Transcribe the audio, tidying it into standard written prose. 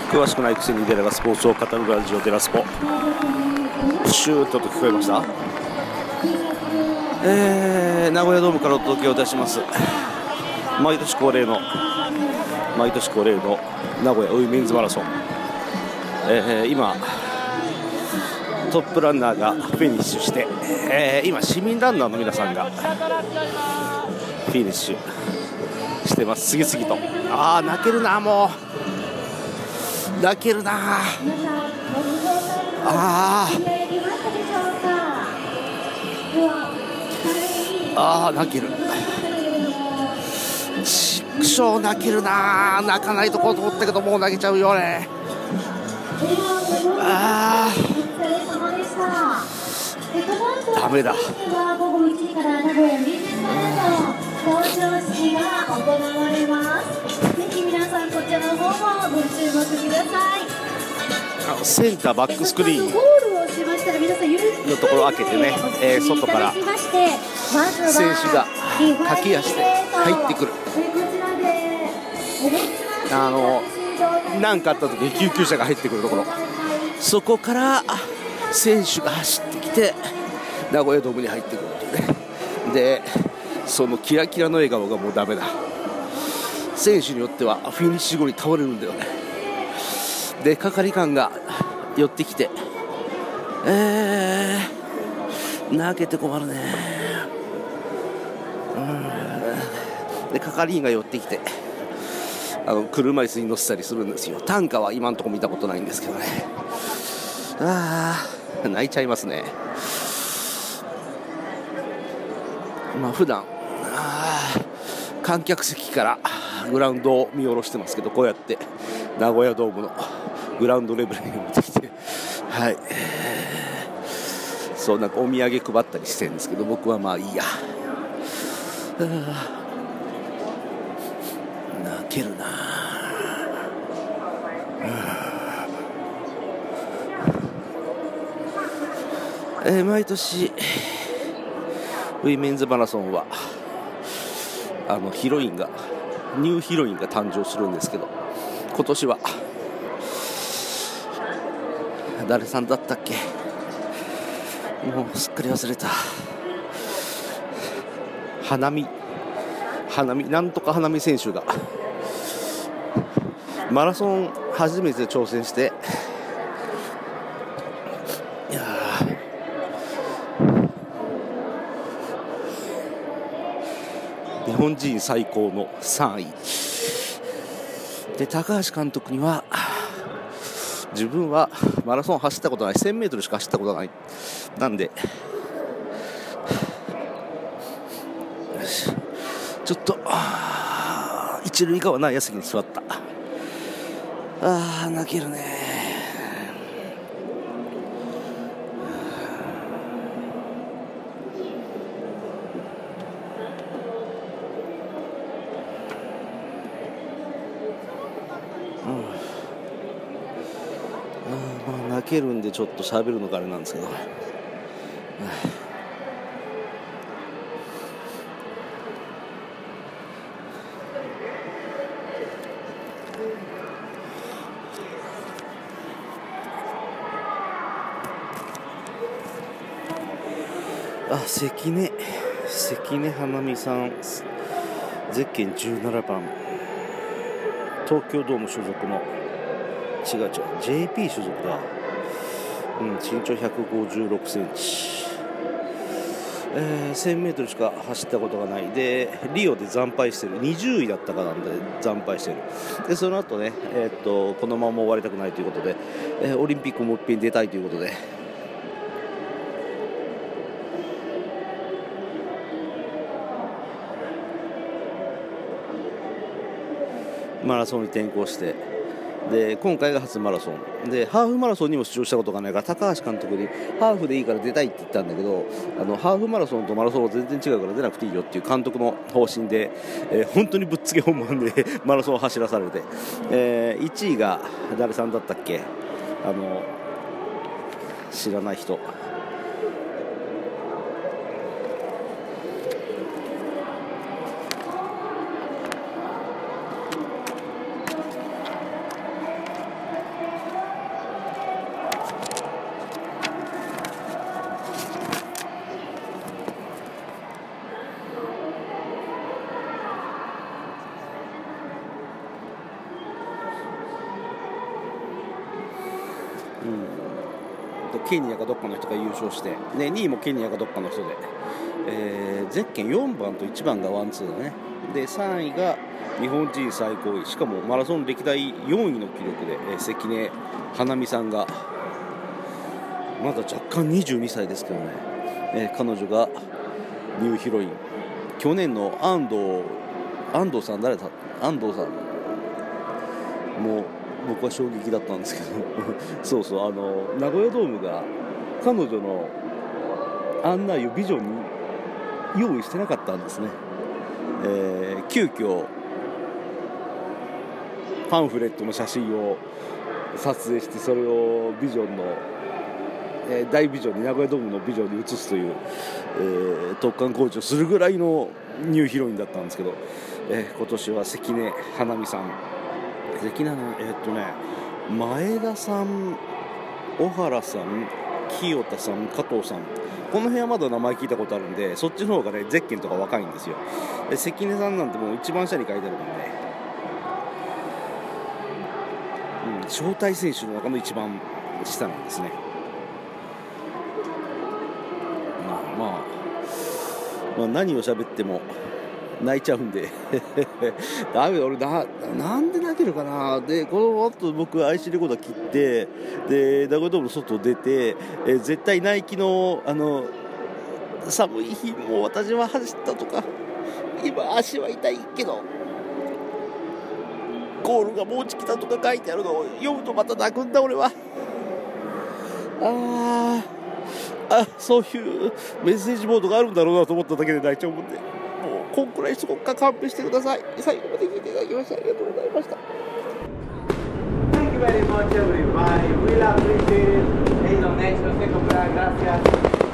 詳しくないくせにデラがスポーツを語るラジオデラスポ。シューッと聞こえました。名古屋ドームからお届けをいたします。毎年恒例の名古屋ウィメンズマラソン、今トップランナーがフィニッシュして、今市民ランナーの皆さんがフィニッシュしてます。次々と。泣けるな、もう泣けるな。泣ける。ちくしょう、泣けるな。泣かないとこうと思ったけどもう泣けちゃうよね。ダメだ。 午後1時から名古屋ウィメンズマラソン登場式が行われます。ぜひ皆さんこちらの方もご注目ください。 センターバックスクリーンゴールをしましたら皆さんのところを開けてね、外から選手が駆け足で入ってくる。何かあった時に救急車が入ってくるところ、そこから選手が走ってきて名古屋ドームに入ってくるっていうね。でそのキラキラの笑顔がもうダメだ。選手によってはフィニッシュ後に倒れるんだよね。で係官が寄ってきて、泣けて困るね。で係員が寄ってきて車椅子に乗せたりするんですよ。担架は今のところ見たことないんですけどね。泣いちゃいますね。普段観客席からグラウンドを見下ろしてますけど、こうやって名古屋ドームのグラウンドレベルに持ってきて、そうなんかお土産配ったりしてるんですけど、僕はまあいいや。泣けるな。毎年ウィメンズマラソンはニューヒロインが誕生するんですけど、今年は誰さんだったっけ、もうすっかり忘れた。花見なんとか花見選手がマラソン初めて挑戦して、日本人最高の3位で、高橋監督には自分はマラソン走ったことない、1000メートルしか走ったことない、なんでちょっと一塁側内野席に座った。泣けるね。泣けるんでちょっと喋るのがあれなんですけど、関根花美さん、ゼッケン17番、東京ドーム所属のJP 所属だ。身長156センチ、1000メートルしか走ったことがないで、リオで惨敗してる、20位だったかなんで惨敗してる。でその後ね、このまま終わりたくないということで、オリンピックもう一遍出たいということで、マラソンに転向して、で今回が初マラソンで、ハーフマラソンにも出場したことがないから、高橋監督にハーフでいいから出たいって言ったんだけど、ハーフマラソンとマラソンは全然違うから出なくていいよっていう監督の方針で、本当にぶっつけ本番でマラソンを走らされて、1位が誰さんだったっけ、知らない人、 ケニアかどっかの人が優勝して、で2位もケニアかどっかの人で、ゼッケン4番と1番がワンツーだね。で3位が日本人最高位、しかもマラソン歴代4位の記録で、関根花美さんがまだ若干22歳ですけどね、彼女がニューヒロイン。去年の安藤さん、誰だ、安藤さんもう僕は衝撃だったんですけどそうそう、名古屋ドームが彼女の案内をビジョンに用意してなかったんですね。急遽パンフレットの写真を撮影して、それをビジョンの、大ビジョンに、名古屋ドームのビジョンに移すという、突貫工事をするぐらいのニューヒロインだったんですけど、今年は関根花美さん、関根前田さん、小原さん、清田さん、加藤さん、この辺はまだ名前聞いたことあるんで、そっちの方がねゼッケンとか若いんですよ。関根さんなんてもう一番下に書いてあるもんね、招待選手の中の一番下なんですね。まあ何を喋っても泣いちゃうんでダメだ、俺なんで泣けるかな。でこの後僕 IC レコーダー切って、で名古屋ドームの外出て、絶対ナイキの寒い日も私は走ったとか、今足は痛いけどゴールがもうちきたとか書いてあるのを読むとまた泣くんだ俺は。そういうメッセージボードがあるんだろうなと思っただけで泣いちゃうもんで、もうこんくらいすごく勘弁してください。最後まで聞いていただきましてありがとうございました。 Thank you very much everybody. We appreciate it. Hey, donation, gracias.